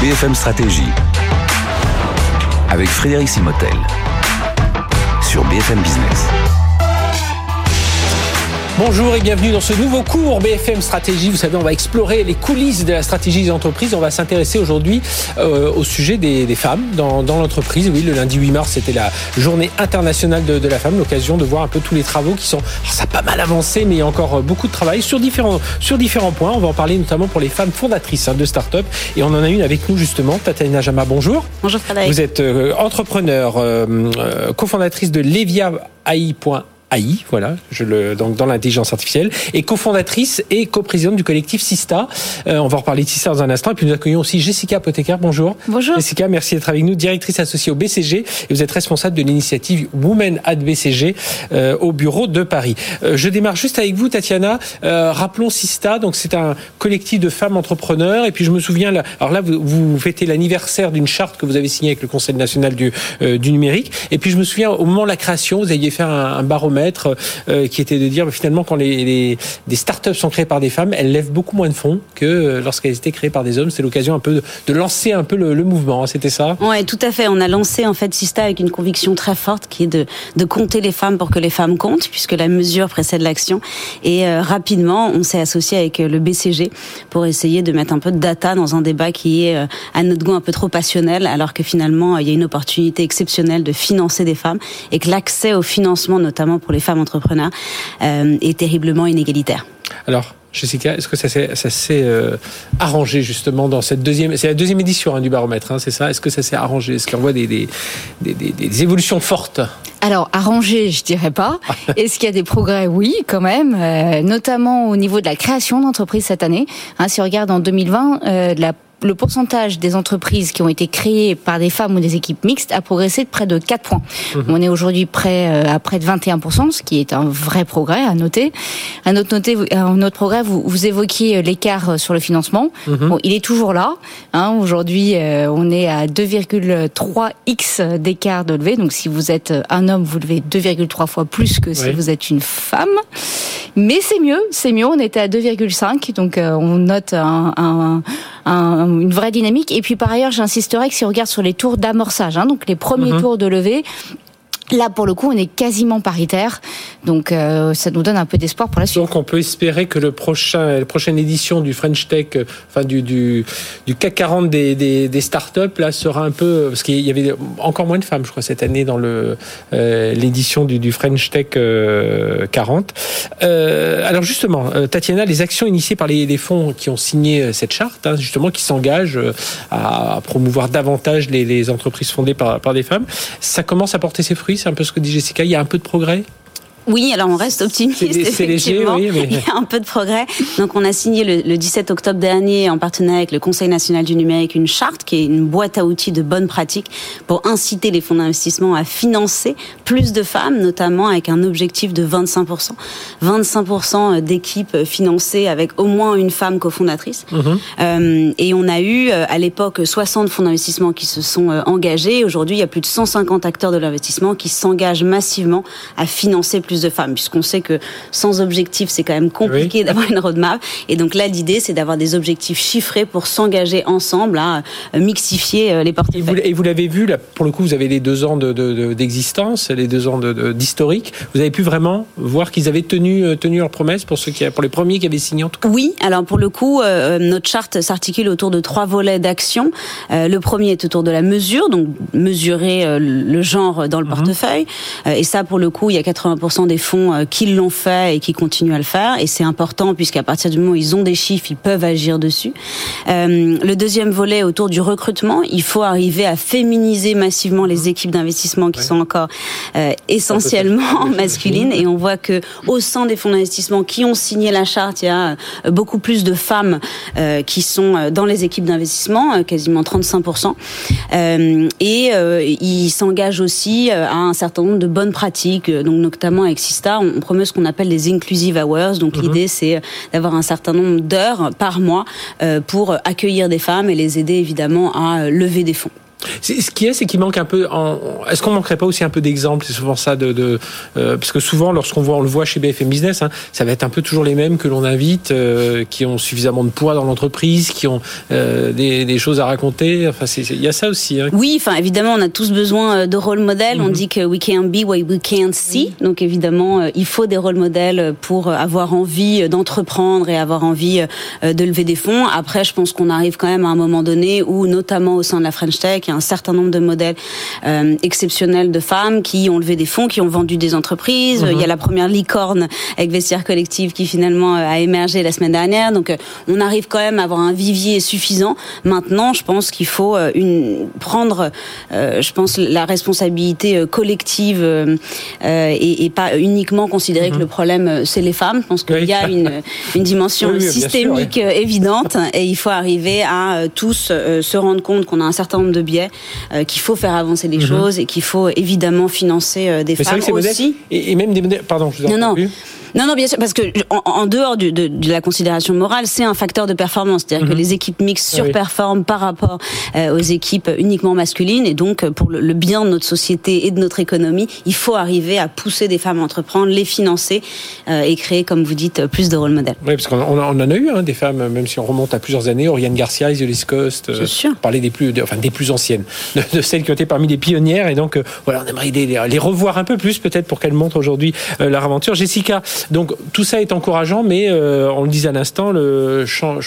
BFM Stratégie avec Frédéric Simotel sur BFM Business. Bonjour et bienvenue dans ce nouveau cours BFM Stratégie. Vous savez, on va explorer les coulisses de la stratégie des entreprises. On va s'intéresser aujourd'hui au sujet des femmes dans l'entreprise. Oui, le lundi 8 mars, c'était la journée internationale de la femme, l'occasion de voir un peu tous les travaux qui sont... Alors, ça a pas mal avancé, mais il y a encore beaucoup de travail sur différents points. On va en parler notamment pour les femmes fondatrices de start-up. Et on en a une avec nous justement, Tatiana Jama, bonjour. Bonjour Frédéric. Vous êtes entrepreneur, cofondatrice de Levia.ai, voilà, donc dans l'intelligence artificielle, et cofondatrice et coprésidente du collectif Sista. On va reparler de Sista dans un instant. Et puis nous accueillons aussi Jessica Apotheker. Bonjour. Bonjour. Jessica, merci d'être avec nous, directrice associée au BCG, et vous êtes responsable de l'initiative Women at BCG au bureau de Paris. Je démarre juste avec vous, Tatiana. Rappelons Sista. Donc c'est un collectif de femmes entrepreneurs. Et puis je me souviens, alors là, vous fêtez l'anniversaire d'une charte que vous avez signée avec le Conseil national du numérique. Et puis je me souviens, au moment de la création, vous aviez fait un baromètre qui était de dire finalement quand des startups sont créées par des femmes, elles lèvent beaucoup moins de fonds que lorsqu'elles étaient créées par des hommes. C'est l'occasion un peu de lancer un peu le mouvement, c'était ça? Ouais, tout à fait. On a lancé en fait Sista avec une conviction très forte qui est de compter les femmes pour que les femmes comptent, puisque la mesure précède l'action. Et rapidement, on s'est associé avec le BCG pour essayer de mettre un peu de data dans un débat qui est à notre goût un peu trop passionnel, alors que finalement il y a une opportunité exceptionnelle de financer des femmes et que l'accès au financement, notamment pour les femmes entrepreneurs, est terriblement inégalitaire. Alors, Jessica, est-ce que ça s'est arrangé justement dans cette c'est la deuxième édition du baromètre, c'est ça? Est-ce que ça s'est arrangé? Est-ce qu'on voit des évolutions fortes? Alors, arrangé, je dirais pas. Est-ce qu'il y a des progrès? Oui, quand même, notamment au niveau de la création d'entreprises cette année. Si on regarde en 2020, le pourcentage des entreprises qui ont été créées par des femmes ou des équipes mixtes a progressé de près de 4 points. On est aujourd'hui à près de 21%, ce qui est un vrai progrès à noter. Un autre progrès, vous évoquiez l'écart sur le financement. Bon, il est toujours là. Aujourd'hui, on est à 2,3x d'écart de levée. Donc, si vous êtes un homme, vous levez 2,3 fois plus que si vous êtes une femme. Mais c'est mieux. On était à 2,5. Donc, on note une vraie dynamique. Et puis par ailleurs, j'insisterai que si on regarde sur les tours d'amorçage, donc les premiers tours de levée, là, pour le coup, on est quasiment paritaire. Donc, ça nous donne un peu d'espoir pour la suite. Donc, on peut espérer que la prochaine édition du French Tech, du CAC 40 des startups, là, sera un peu... Parce qu'il y avait encore moins de femmes, je crois, cette année dans l'édition du French Tech 40. Alors, justement, Tatiana, les actions initiées par les fonds qui ont signé cette charte, justement, qui s'engagent à promouvoir davantage les entreprises fondées par des femmes, ça commence à porter ses fruits. C'est un peu ce que dit Jessica. Il y a un peu de progrès? Oui, alors on reste optimiste. C'est léger, oui, mais... Il y a un peu de progrès. Donc on a signé le 17 octobre dernier, en partenariat avec le Conseil national du numérique, une charte qui est une boîte à outils de bonnes pratiques pour inciter les fonds d'investissement à financer plus de femmes, notamment avec un objectif de 25%. 25% d'équipes financées avec au moins une femme cofondatrice. Et on a eu à l'époque 60 fonds d'investissement qui se sont engagés. Aujourd'hui, il y a plus de 150 acteurs de l'investissement qui s'engagent massivement à financer plus de femmes, puisqu'on sait que sans objectif, c'est quand même compliqué d'avoir une roadmap. Et donc là, l'idée, c'est d'avoir des objectifs chiffrés pour s'engager ensemble à mixifier les portefeuilles. Et vous l'avez vu, là, pour le coup, vous avez les 2 ans d'existence, les 2 ans d'historique. Vous avez pu vraiment voir qu'ils avaient tenu leurs promesses pour les premiers qui avaient signé en tout cas? Oui, alors pour le coup, notre charte s'articule autour de 3 volets d'action. Le premier est autour de la mesure, donc mesurer le genre dans le portefeuille. Et ça, pour le coup, il y a 80% des fonds qui l'ont fait et qui continuent à le faire. Et c'est important puisqu'à partir du moment où ils ont des chiffres, ils peuvent agir dessus. Le deuxième volet autour du recrutement, il faut arriver à féminiser massivement les équipes d'investissement qui sont encore essentiellement masculines. Et on voit que au sein des fonds d'investissement qui ont signé la charte, il y a beaucoup plus de femmes qui sont dans les équipes d'investissement, quasiment 35%. Et ils s'engagent aussi à un certain nombre de bonnes pratiques, donc notamment avec Sista, on promeut ce qu'on appelle les inclusive hours. Donc l'idée, c'est d'avoir un certain nombre d'heures par mois pour accueillir des femmes et les aider évidemment à lever des fonds. Ce c'est qu'il manque un peu. Est-ce qu'on manquerait pas aussi un peu d'exemples? C'est souvent ça parce que souvent, on le voit chez BFM Business, ça va être un peu toujours les mêmes que l'on invite, qui ont suffisamment de poids dans l'entreprise, qui ont des choses à raconter. Enfin, il y a ça aussi. Oui, enfin évidemment, on a tous besoin de rôle modèles. On dit que we can't be what we can't see. Donc évidemment, il faut des rôles modèles pour avoir envie d'entreprendre et avoir envie de lever des fonds. Après, je pense qu'on arrive quand même à un moment donné où, notamment au sein de la French Tech, il y a un certain nombre de modèles exceptionnels de femmes qui ont levé des fonds, qui ont vendu des entreprises. Il y a la première licorne avec Vestiaire Collectif qui finalement a émergé la semaine dernière. Donc on arrive quand même à avoir un vivier suffisant. Maintenant, je pense qu'il faut prendre, je pense, la responsabilité collective et pas uniquement considérer que le problème c'est les femmes. Je pense qu'il y a une dimension systémique évidente et il faut arriver à tous se rendre compte qu'on a un certain nombre de biais, qu'il faut faire avancer les choses et qu'il faut évidemment financer des femmes aussi. Et même des modèles. Pardon, je vous en prie. Non, bien sûr, parce que en dehors de la considération morale, c'est un facteur de performance. C'est-à-dire que les équipes mixtes surperforment par rapport aux équipes uniquement masculines. Et donc, pour le bien de notre société et de notre économie, il faut arriver à pousser des femmes à entreprendre, les financer et créer, comme vous dites, plus de rôle modèles. Oui, parce qu'on en a eu des femmes, même si on remonte à plusieurs années. Oriane Garcia, Isolde Coste, parler des plus anciennes, de celles qui ont été parmi les pionnières. Et donc, on aimerait les revoir un peu plus, peut-être, pour qu'elles montrent aujourd'hui leur aventure. Jessica, donc tout ça est encourageant, mais on le disait à l'instant, le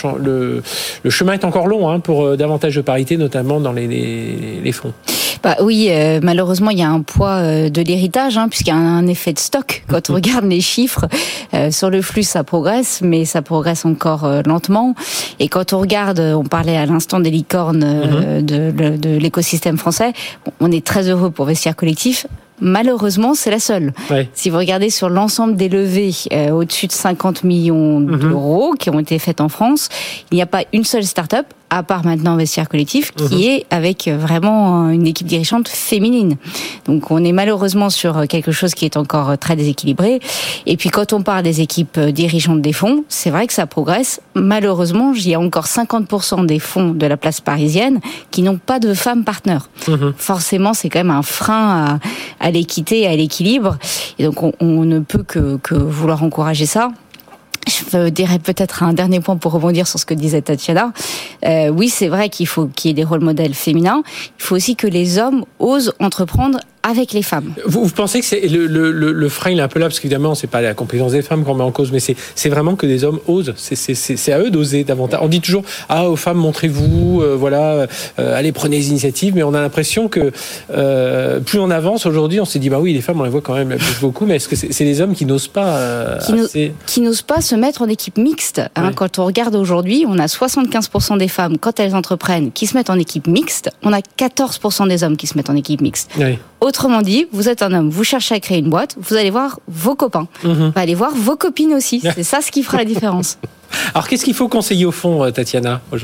chemin est encore long pour davantage de parité, notamment dans les fonds. Oui, malheureusement, il y a un poids de l'héritage, puisqu'il y a un effet de stock. Quand on regarde les chiffres, sur le flux, ça progresse, mais ça progresse encore lentement. Et quand on regarde, on parlait à l'instant des licornes de l'écosystème français, on est très heureux pour Vestiaire Collectif. Malheureusement, c'est la seule. Ouais. Si vous regardez sur l'ensemble des levées au-dessus de 50 millions d'euros qui ont été faites en France, il n'y a pas une seule start-up, à part maintenant Vestiaire Collectif, qui est avec vraiment une équipe dirigeante féminine. Donc on est malheureusement sur quelque chose qui est encore très déséquilibré. Et puis quand on parle des équipes dirigeantes des fonds, c'est vrai que ça progresse. Malheureusement, il y a encore 50% des fonds de la place parisienne qui n'ont pas de femmes partenaires. Forcément, c'est quand même un frein à l'équité et à l'équilibre. Et donc on ne peut que vouloir encourager ça. Je dirais peut-être un dernier point pour rebondir sur ce que disait Tatiana. Oui, c'est vrai qu'il faut qu'il y ait des rôles modèles féminins. Il faut aussi que les hommes osent entreprendre avec les femmes. Vous pensez que c'est le frein, il est un peu là, parce qu'évidemment, c'est pas la compétence des femmes qu'on met en cause, mais c'est vraiment que des hommes osent. C'est à eux d'oser davantage. On dit toujours, aux femmes, montrez-vous, allez, prenez des initiatives, mais on a l'impression que plus on avance aujourd'hui, on s'est dit, oui, les femmes, on les voit quand même beaucoup, mais est-ce que c'est les hommes qui n'osent pas qui n'osent pas se mettre en équipe mixte. Quand on regarde aujourd'hui, on a 75% des femmes, quand elles entreprennent, qui se mettent en équipe mixte. On a 14% des hommes qui se mettent en équipe mixte. Oui. Autrement dit, vous êtes un homme, vous cherchez à créer une boîte, vous allez voir vos copains. Vous allez voir vos copines aussi. C'est ça ce qui fera la différence. Alors, qu'est-ce qu'il faut conseiller au fond, Tatiana, aujourd'hui ?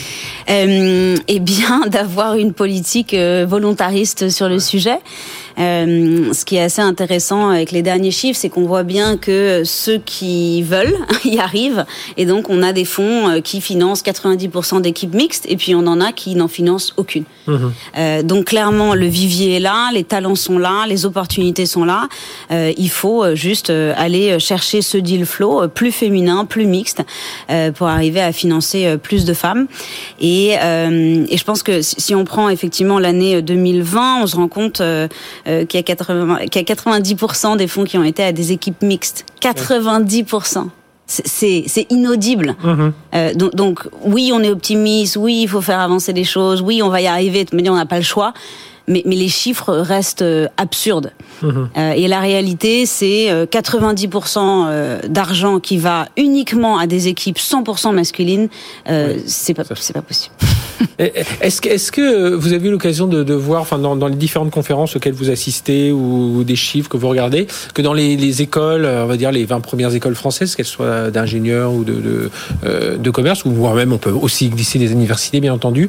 Eh bien, d'avoir une politique volontariste sur le sujet. Ce qui est assez intéressant avec les derniers chiffres, c'est qu'on voit bien que ceux qui veulent y arrivent. Et donc, on a des fonds qui financent 90% d'équipes mixtes, et puis on en a qui n'en financent aucune. Donc, clairement, le vivier est là, les talents sont là, les opportunités sont là. Il faut juste aller chercher ce deal flow plus féminin, plus mixte, pour arriver à financer plus de femmes. Et je pense que si on prend effectivement l'année 2020, on se rend compte qu'il y a 90% des fonds qui ont été à des équipes mixtes. 90%. C'est inaudible. Donc oui, on est optimiste, oui, il faut faire avancer les choses, oui, on va y arriver, mais on n'a pas le choix. Mais les chiffres restent absurdes. Et la réalité, c'est 90% d'argent qui va uniquement à des équipes 100% masculines. C'est pas possible. Est-ce que vous avez eu l'occasion de voir, dans les différentes conférences auxquelles vous assistez ou des chiffres que vous regardez, que dans les écoles, on va dire les 20 premières écoles françaises, qu'elles soient d'ingénieurs ou de commerce, ou voire même on peut aussi glisser des universités, bien entendu,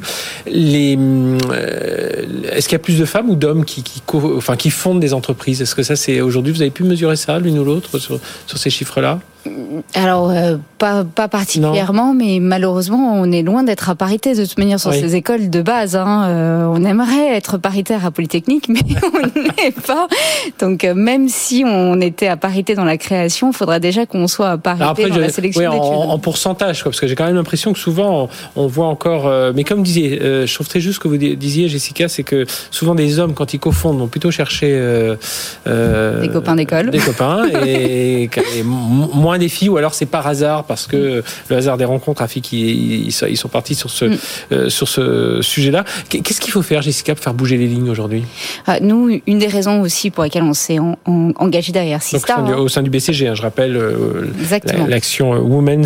est-ce qu'il y a plus de femmes ou d'hommes qui fondent des entreprises ? Est-ce que ça, c'est aujourd'hui, vous avez pu mesurer ça l'une ou l'autre sur ces chiffres-là ? Alors, pas particulièrement, mais malheureusement, on est loin d'être à parité de toute manière sur ces écoles de base. On aimerait être paritaire à Polytechnique, mais on n'est pas. Donc, même si on était à parité dans la création, il faudra déjà qu'on soit à parité dans la sélection d'études. En pourcentage, parce que j'ai quand même l'impression que souvent, on voit encore... mais comme disiez, je trouve très juste ce que vous disiez, Jessica, c'est que souvent des hommes, quand ils cofondent, vont plutôt chercher... des copains d'école. Des copains, et moins des filles, ou alors c'est par hasard, parce que le hasard des rencontres a fait qu'ils sont partis sur ce sujet-là. Qu'est-ce qu'il faut faire, Jessica, pour faire bouger les lignes aujourd'hui ? Nous, une des raisons aussi pour lesquelles on s'est engagé derrière Sista... Donc, au sein du BCG, je rappelle l'action Women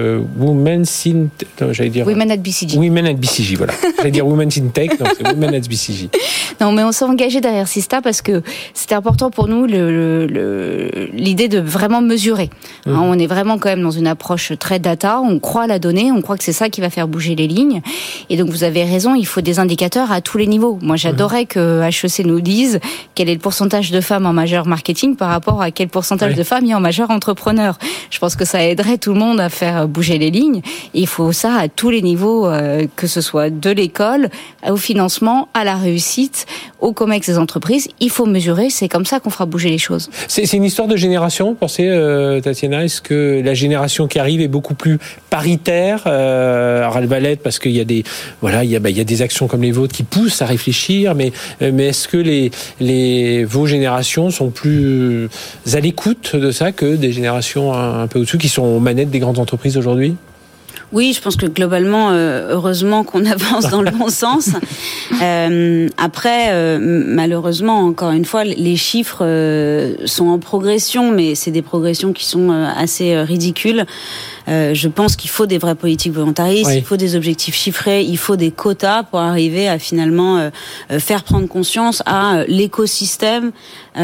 at BCG. Women at BCG, voilà. J'allais dire Women in Tech, donc c'est Women at BCG. Non, mais on s'est engagé derrière Sista parce que c'était important pour nous l'idée de vraiment mesurer. On est vraiment quand même dans une approche très data, on croit à la donnée, on croit que c'est ça qui va faire bouger les lignes. Et donc vous avez raison, il faut des indicateurs à tous les niveaux. Moi j'adorais que HEC nous dise quel est le pourcentage de femmes en majeur marketing par rapport à quel pourcentage de femmes il y a en majeur entrepreneur. Je pense que ça aiderait tout le monde à faire bouger les lignes. Et il faut ça à tous les niveaux, que ce soit de l'école, au financement, à la réussite, au COMEX des entreprises. Il faut mesurer, c'est comme ça qu'on fera bouger les choses. C'est une histoire de génération, vous pensez, Tatiana? Est-ce que la génération qui arrive est beaucoup plus paritaire? Alors elle va l'être parce qu'il y a des actions comme les vôtres qui poussent à réfléchir, mais est-ce que vos générations sont plus à l'écoute de ça que des générations un peu au-dessus qui sont aux manettes des grandes entreprises aujourd'hui? Oui, je pense que globalement, heureusement qu'on avance dans le bon sens. Après, malheureusement, encore une fois, les chiffres sont en progression, mais c'est des progressions qui sont assez ridicules. Je pense qu'il faut des vraies politiques volontaristes, il faut des objectifs chiffrés, il faut des quotas pour arriver à finalement faire prendre conscience à l'écosystème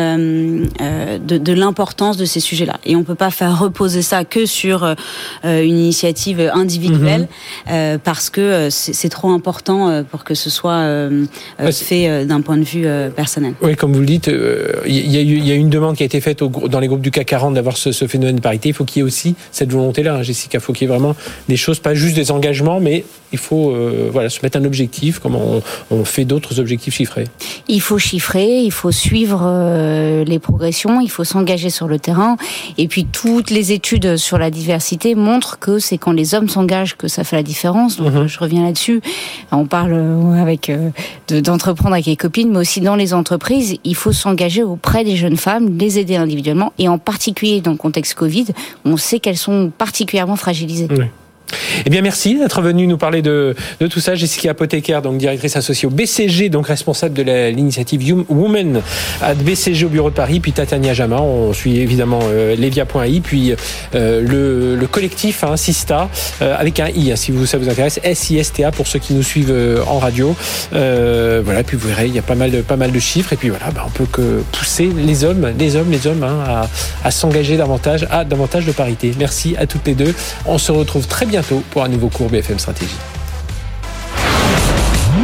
de l'importance de ces sujets-là. Et on peut pas faire reposer ça que sur une initiative individuelle parce que c'est trop important pour que ce soit fait d'un point de vue personnel. Oui, comme vous le dites, il y a une demande qui a été faite dans les groupes du CAC 40 d'avoir ce phénomène de parité. Il faut qu'il y ait aussi cette volonté-là, Jessica. Il faut qu'il y ait vraiment des choses, pas juste des engagements, mais il faut se mettre un objectif, comme on fait d'autres objectifs chiffrés. Il faut chiffrer, il faut suivre les progressions, il faut s'engager sur le terrain. Et puis toutes les études sur la diversité montrent que c'est quand les hommes s'engagent que ça fait la différence. Donc je reviens là-dessus. On parle d'entreprendre avec les copines, mais aussi dans les entreprises, il faut s'engager auprès des jeunes femmes, les aider individuellement, et en particulier dans le contexte Covid, on sait qu'elles sont particulièrement fragilisées. Oui. Eh bien, merci d'être venu nous parler de tout ça. Jessica Apotheker, donc directrice associée au BCG, donc responsable de l'initiative Women at BCG au bureau de Paris, puis Tatiana Jama. On suit évidemment Levia.ai, puis le collectif Sista avec un I, si ça vous intéresse, SISTA pour ceux qui nous suivent en radio. Puis vous verrez, il y a pas mal de chiffres, et puis on peut que pousser les hommes à s'engager davantage de parité. Merci à toutes les deux. On se retrouve très bientôt pour un nouveau cours BFM Stratégie.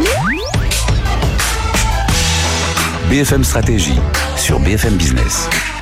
BFM Stratégie sur BFM Business.